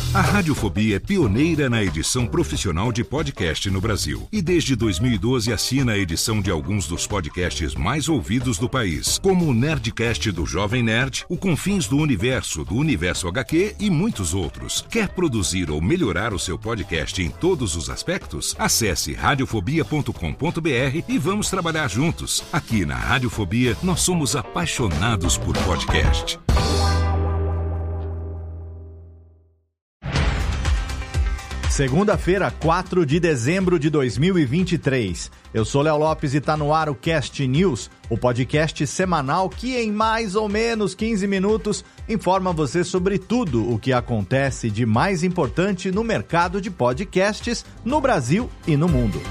A Radiofobia é pioneira na edição profissional de podcast no Brasil. E desde 2012 assina a edição de alguns dos podcasts mais ouvidos do país, como o Nerdcast do Jovem Nerd, o Confins do Universo HQ e muitos outros. Quer produzir ou melhorar o seu podcast em todos os aspectos? Acesse radiofobia.com.br e vamos trabalhar juntos. Aqui na Radiofobia, nós somos apaixonados por podcast. Segunda-feira, 4 de dezembro de 2023. Eu sou Léo Lopes e está no ar o Cast News, o podcast semanal que em mais ou menos 15 minutos informa você sobre tudo o que acontece de mais importante no mercado de podcasts no Brasil e no mundo.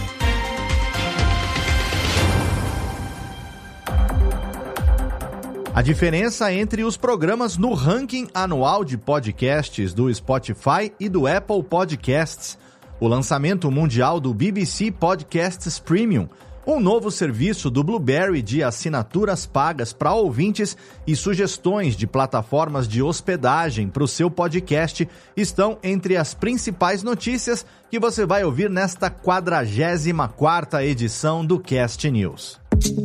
A diferença entre os programas no ranking anual de podcasts do Spotify e do Apple Podcasts, o lançamento mundial do BBC Podcasts Premium, um novo serviço do Blubrry de assinaturas pagas para ouvintes e sugestões de plataformas de hospedagem para o seu podcast estão entre as principais notícias que você vai ouvir nesta 44ª edição do Cast News.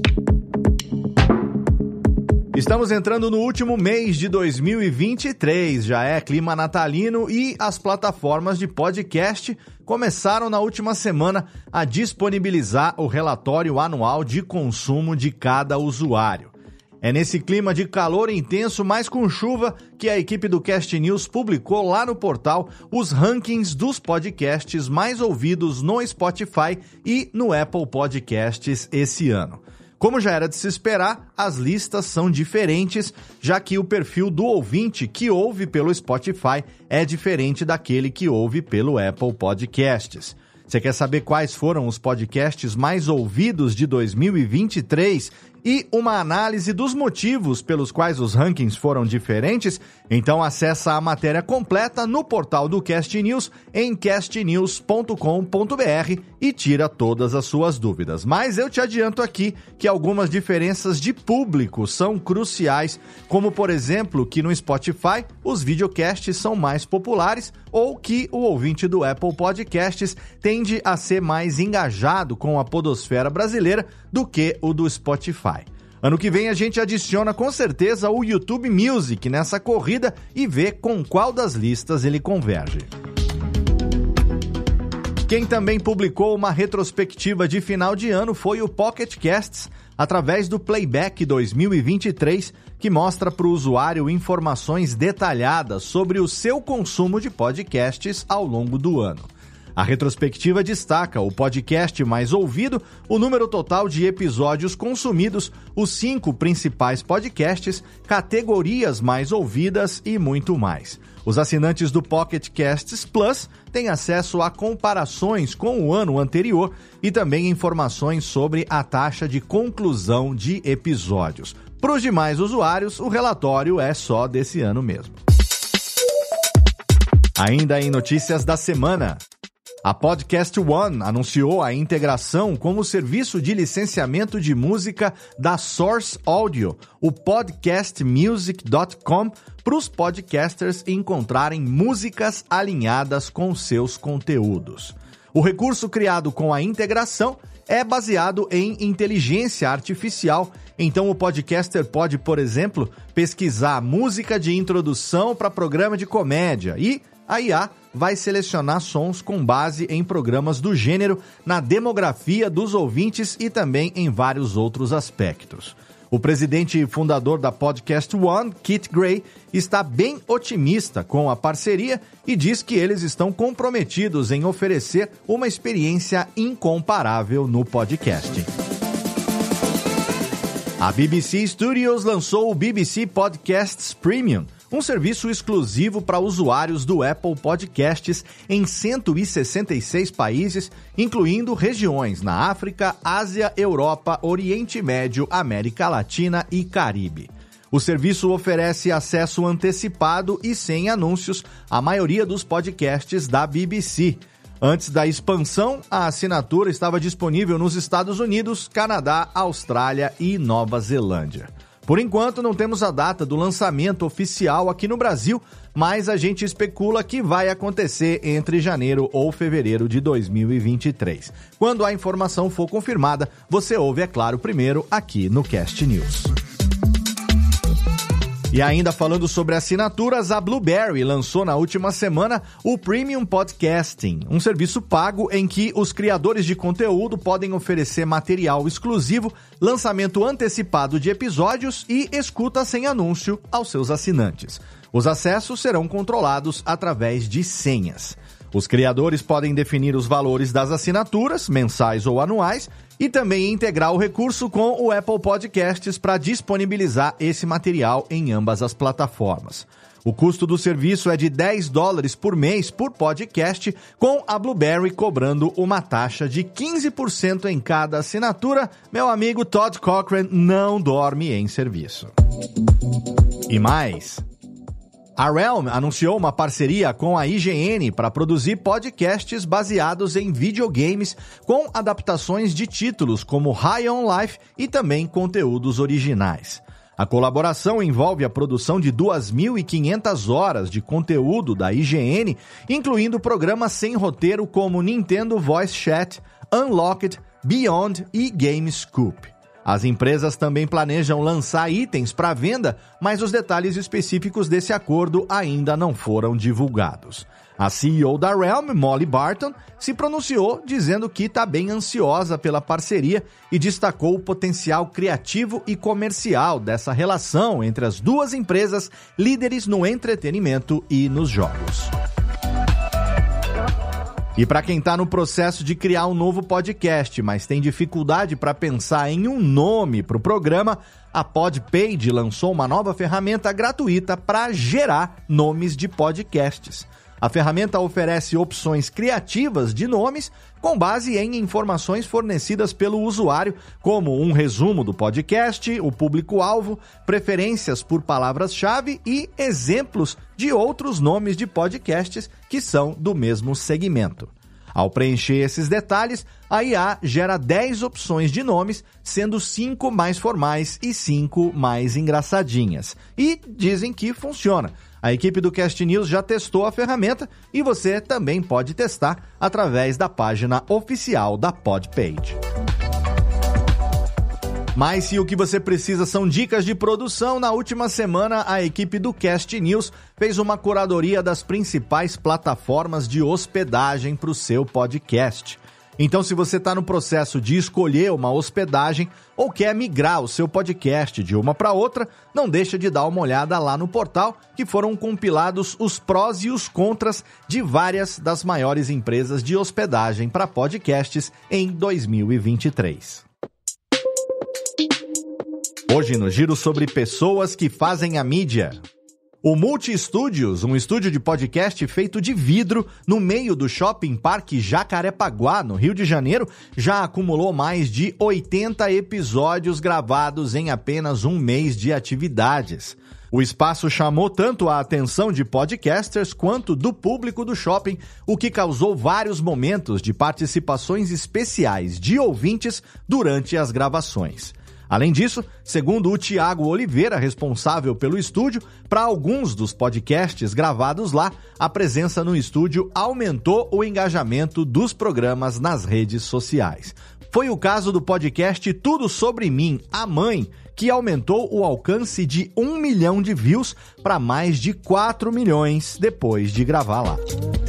Estamos entrando no último mês de 2023, já é clima natalino e as plataformas de podcast começaram na última semana a disponibilizar o relatório anual de consumo de cada usuário. É nesse clima de calor intenso, mas com chuva, que a equipe do Cast News publicou lá no portal os rankings dos podcasts mais ouvidos no Spotify e no Apple Podcasts esse ano. Como já era de se esperar, as listas são diferentes, já que o perfil do ouvinte que ouve pelo Spotify é diferente daquele que ouve pelo Apple Podcasts. Você quer saber quais foram os podcasts mais ouvidos de 2023 e uma análise dos motivos pelos quais os rankings foram diferentes? Então acessa a matéria completa no portal do Cast News em castnews.com.br e tira todas as suas dúvidas. Mas eu te adianto aqui que algumas diferenças de público são cruciais, como por exemplo que no Spotify os videocasts são mais populares ou que o ouvinte do Apple Podcasts tende a ser mais engajado com a podosfera brasileira do que o do Spotify. Ano que vem a gente adiciona com certeza o YouTube Music nessa corrida e vê com qual das listas ele converge. Quem também publicou uma retrospectiva de final de ano foi o Pocket Casts, através do Playback 2023, que mostra para o usuário informações detalhadas sobre o seu consumo de podcasts ao longo do ano. A retrospectiva destaca o podcast mais ouvido, o número total de episódios consumidos, os 5 principais podcasts, categorias mais ouvidas e muito mais. Os assinantes do Pocket Casts Plus têm acesso a comparações com o ano anterior e também informações sobre a taxa de conclusão de episódios. Para os demais usuários, o relatório é só desse ano mesmo. Ainda em notícias da semana, a Podcast One anunciou a integração com o serviço de licenciamento de música da Source Audio, o podcastmusic.com, para os podcasters encontrarem músicas alinhadas com seus conteúdos. O recurso criado com a integração é baseado em inteligência artificial, então o podcaster pode, por exemplo, pesquisar música de introdução para programa de comédia e a IA vai selecionar sons com base em programas do gênero, na demografia dos ouvintes e também em vários outros aspectos. O presidente e fundador da Podcast One, Kit Gray, está bem otimista com a parceria e diz que eles estão comprometidos em oferecer uma experiência incomparável no podcasting. A BBC Studios lançou o BBC Podcasts Premium, um serviço exclusivo para usuários do Apple Podcasts em 166 países, incluindo regiões na África, Ásia, Europa, Oriente Médio, América Latina e Caribe. O serviço oferece acesso antecipado e sem anúncios à maioria dos podcasts da BBC. Antes da expansão, a assinatura estava disponível nos Estados Unidos, Canadá, Austrália e Nova Zelândia. Por enquanto, não temos a data do lançamento oficial aqui no Brasil, mas a gente especula que vai acontecer entre janeiro ou fevereiro de 2023. Quando a informação for confirmada, você ouve, é claro, primeiro aqui no Cast News. E ainda falando sobre assinaturas, a Blubrry lançou na última semana o Premium Podcasting, um serviço pago em que os criadores de conteúdo podem oferecer material exclusivo, lançamento antecipado de episódios e escuta sem anúncio aos seus assinantes. Os acessos serão controlados através de senhas. Os criadores podem definir os valores das assinaturas, mensais ou anuais, e também integrar o recurso com o Apple Podcasts para disponibilizar esse material em ambas as plataformas. O custo do serviço é de $10 por mês por podcast, com a Blubrry cobrando uma taxa de 15% em cada assinatura. Meu amigo Todd Cochran não dorme em serviço. E mais... A Realm anunciou uma parceria com a IGN para produzir podcasts baseados em videogames com adaptações de títulos como High on Life e também conteúdos originais. A colaboração envolve a produção de 2.500 horas de conteúdo da IGN, incluindo programas sem roteiro como Nintendo Voice Chat, Unlocked, Beyond e Game Scoop. As empresas também planejam lançar itens para venda, mas os detalhes específicos desse acordo ainda não foram divulgados. A CEO da Realm, Molly Barton, se pronunciou dizendo que está bem ansiosa pela parceria e destacou o potencial criativo e comercial dessa relação entre as duas empresas líderes no entretenimento e nos jogos. E para quem está no processo de criar um novo podcast, mas tem dificuldade para pensar em um nome para o programa, a Podpage lançou uma nova ferramenta gratuita para gerar nomes de podcasts. A ferramenta oferece opções criativas de nomes com base em informações fornecidas pelo usuário, como um resumo do podcast, o público-alvo, preferências por palavras-chave e exemplos de outros nomes de podcasts que são do mesmo segmento. Ao preencher esses detalhes, a IA gera 10 opções de nomes, sendo 5 mais formais e 5 mais engraçadinhas. E dizem que funciona. A equipe do Cast News já testou a ferramenta e você também pode testar através da página oficial da Podpage. Mas se o que você precisa são dicas de produção, na última semana a equipe do Cast News fez uma curadoria das principais plataformas de hospedagem para o seu podcast. Então, se você está no processo de escolher uma hospedagem ou quer migrar o seu podcast de uma para outra, não deixa de dar uma olhada lá no portal, que foram compilados os prós e os contras de várias das maiores empresas de hospedagem para podcasts em 2023. Hoje no Giro sobre pessoas que fazem a mídia. O Multi Studios, um estúdio de podcast feito de vidro no meio do Shopping Parque Jacarepaguá, no Rio de Janeiro, já acumulou mais de 80 episódios gravados em apenas um mês de atividades. O espaço chamou tanto a atenção de podcasters quanto do público do shopping, o que causou vários momentos de participações especiais de ouvintes durante as gravações. Além disso, segundo o Thiago Oliveira, responsável pelo estúdio, para alguns dos podcasts gravados lá, a presença no estúdio aumentou o engajamento dos programas nas redes sociais. Foi o caso do podcast Tudo Sobre Mim, a Mãe, que aumentou o alcance de 1 milhão de views para mais de 4 milhões depois de gravar lá.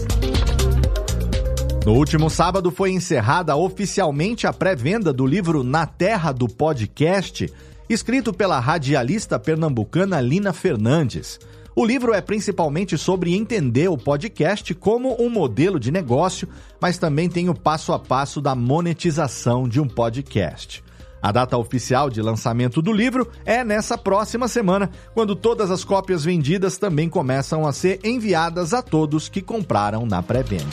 No último sábado foi encerrada oficialmente a pré-venda do livro Na Terra do Podcast, escrito pela radialista pernambucana Lina Fernandes. O livro é principalmente sobre entender o podcast como um modelo de negócio, mas também tem o passo a passo da monetização de um podcast. A data oficial de lançamento do livro é nessa próxima semana, quando todas as cópias vendidas também começam a ser enviadas a todos que compraram na pré-venda.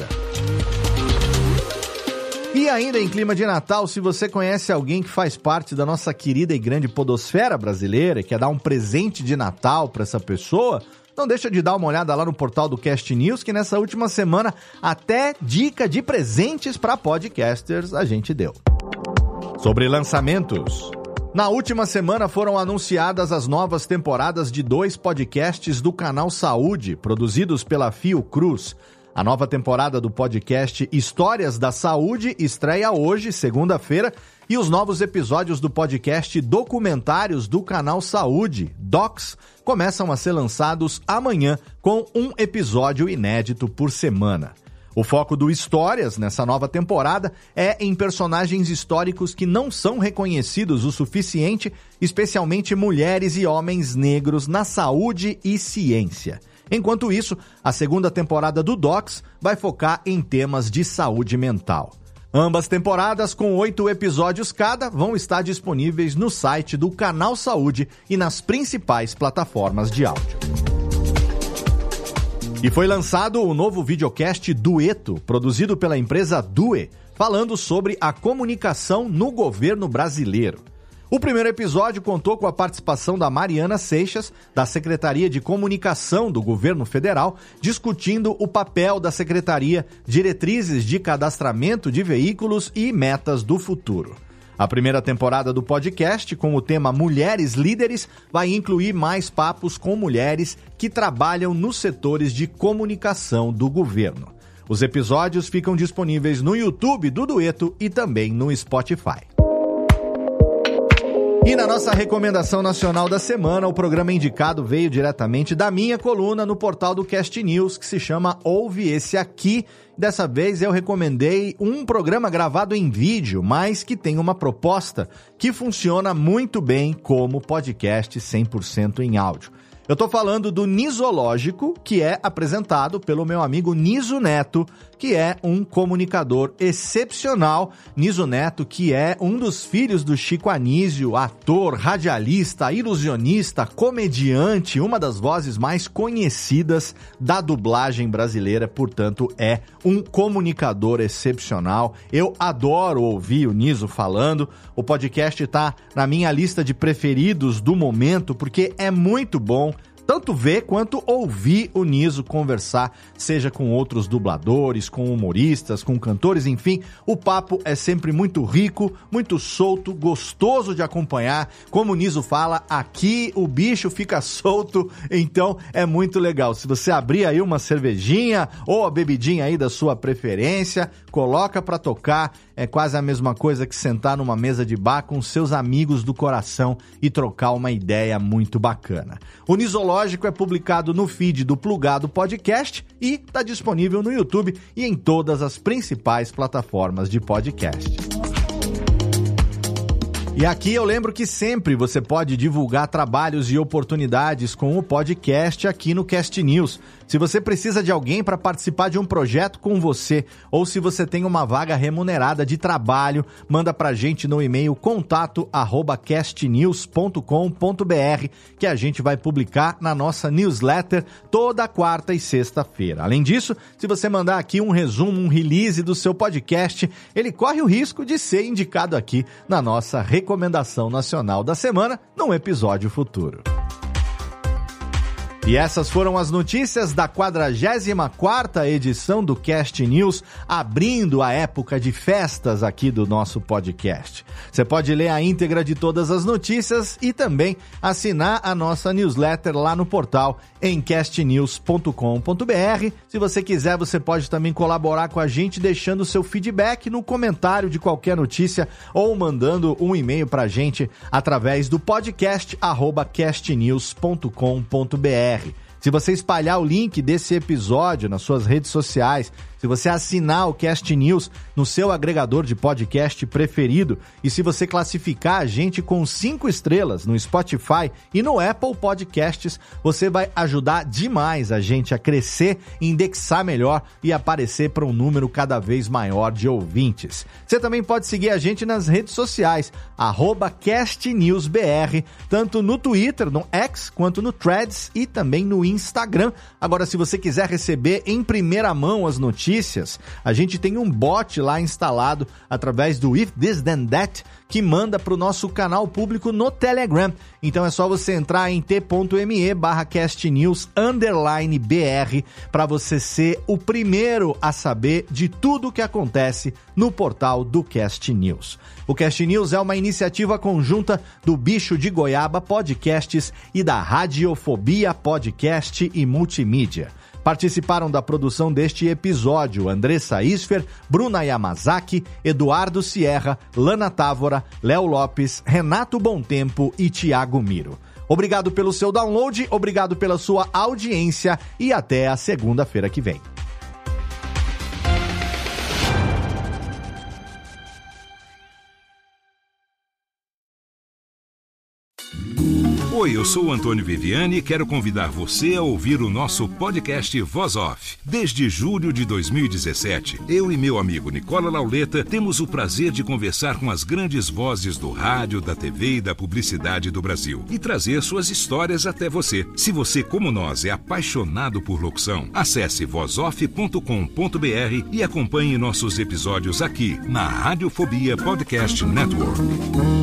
E ainda em clima de Natal, se você conhece alguém que faz parte da nossa querida e grande podosfera brasileira e quer dar um presente de Natal para essa pessoa, não deixa de dar uma olhada lá no portal do Cast News, que nessa última semana até dica de presentes para podcasters a gente deu. Sobre lançamentos. Na última semana foram anunciadas as novas temporadas de 2 podcasts do Canal Saúde, produzidos pela Fiocruz. A nova temporada do podcast Histórias da Saúde estreia hoje, segunda-feira, e os novos episódios do podcast Documentários do Canal Saúde, Docs, começam a ser lançados amanhã, com um episódio inédito por semana. O foco do Histórias, nessa nova temporada, é em personagens históricos que não são reconhecidos o suficiente, especialmente mulheres e homens negros na saúde e ciência. Enquanto isso, a segunda temporada do Docs vai focar em temas de saúde mental. Ambas temporadas, com 8 episódios cada, vão estar disponíveis no site do Canal Saúde e nas principais plataformas de áudio. E foi lançado o novo videocast Dueto, produzido pela empresa Due, falando sobre a comunicação no governo brasileiro. O primeiro episódio contou com a participação da Mariana Seixas, da Secretaria de Comunicação do Governo Federal, discutindo o papel da Secretaria, diretrizes de cadastramento de veículos e metas do futuro. A primeira temporada do podcast, com o tema Mulheres Líderes, vai incluir mais papos com mulheres que trabalham nos setores de comunicação do governo. Os episódios ficam disponíveis no YouTube do Dueto e também no Spotify. E na nossa recomendação nacional da semana, o programa indicado veio diretamente da minha coluna no portal do Cast News, que se chama Ouve Esse Aqui. Dessa vez eu recomendei um programa gravado em vídeo, mas que tem uma proposta que funciona muito bem como podcast 100% em áudio. Eu tô falando do Nisológico, que é apresentado pelo meu amigo Niso Neto, que é um comunicador excepcional. Niso Neto, que é um dos filhos do Chico Anísio, ator, radialista, ilusionista, comediante, uma das vozes mais conhecidas da dublagem brasileira, portanto é um comunicador excepcional. Eu adoro ouvir o Niso falando. O podcast tá na minha lista de preferidos do momento, porque é muito bom tanto ver quanto ouvir o Niso conversar, seja com outros dubladores, com humoristas, com cantores, enfim. O papo é sempre muito rico, muito solto, gostoso de acompanhar. Como o Niso fala, aqui o bicho fica solto, então é muito legal. Se você abrir aí uma cervejinha ou a bebidinha aí da sua preferência, coloca pra tocar. É quase a mesma coisa que sentar numa mesa de bar com seus amigos do coração e trocar uma ideia muito bacana. O Nisológico é publicado no feed do Plugado Podcast e está disponível no YouTube e em todas as principais plataformas de podcast. E aqui eu lembro que sempre você pode divulgar trabalhos e oportunidades com o podcast aqui no Cast News. Se você precisa de alguém para participar de um projeto com você, ou se você tem uma vaga remunerada de trabalho, manda pra gente no e-mail contato@castnews.com.br, que a gente vai publicar na nossa newsletter toda quarta e sexta-feira. Além disso, se você mandar aqui um resumo, um release do seu podcast, ele corre o risco de ser indicado aqui na nossa recomendação nacional da semana, num episódio futuro. E essas foram as notícias da 44ª edição do Cast News, abrindo a época de festas aqui do nosso podcast. Você pode ler a íntegra de todas as notícias e também assinar a nossa newsletter lá no portal em castnews.com.br. Se você quiser, você pode também colaborar com a gente deixando seu feedback no comentário de qualquer notícia ou mandando um e-mail pra gente através do podcast @castnews.com.br. Se você espalhar o link desse episódio nas suas redes sociais, se você assinar o Cast News no seu agregador de podcast preferido e se você classificar a gente com 5 estrelas no Spotify e no Apple Podcasts, você vai ajudar demais a gente a crescer, indexar melhor e aparecer para um número cada vez maior de ouvintes. Você também pode seguir a gente nas redes sociais, @CastNewsBR, tanto no Twitter, no X, quanto no Threads e também no Instagram. Agora, se você quiser receber em primeira mão as notícias notícias, a gente tem um bot lá instalado através do If This Then That, que manda para o nosso canal público no Telegram. Então é só você entrar em t.me/castnews_br para você ser o primeiro a saber de tudo o que acontece no portal do Cast News. O Cast News é uma iniciativa conjunta do Bicho de Goiaba Podcasts e da Radiofobia Podcast e Multimídia. Participaram da produção deste episódio Andressa Isfer, Bruna Yamazaki, Eduardo Sierra, Lana Távora, Léo Lopes, Renato Bontempo e Thiago Miro. Obrigado pelo seu download, obrigado pela sua audiência e até a segunda-feira que vem. Oi, eu sou o Antônio Viviani e quero convidar você a ouvir o nosso podcast Voz Off. Desde julho de 2017, eu e meu amigo Nicola Lauleta temos o prazer de conversar com as grandes vozes do rádio, da TV e da publicidade do Brasil e trazer suas histórias até você. Se você, como nós, é apaixonado por locução, acesse vozoff.com.br e acompanhe nossos episódios aqui na Radiofobia Podcast Network.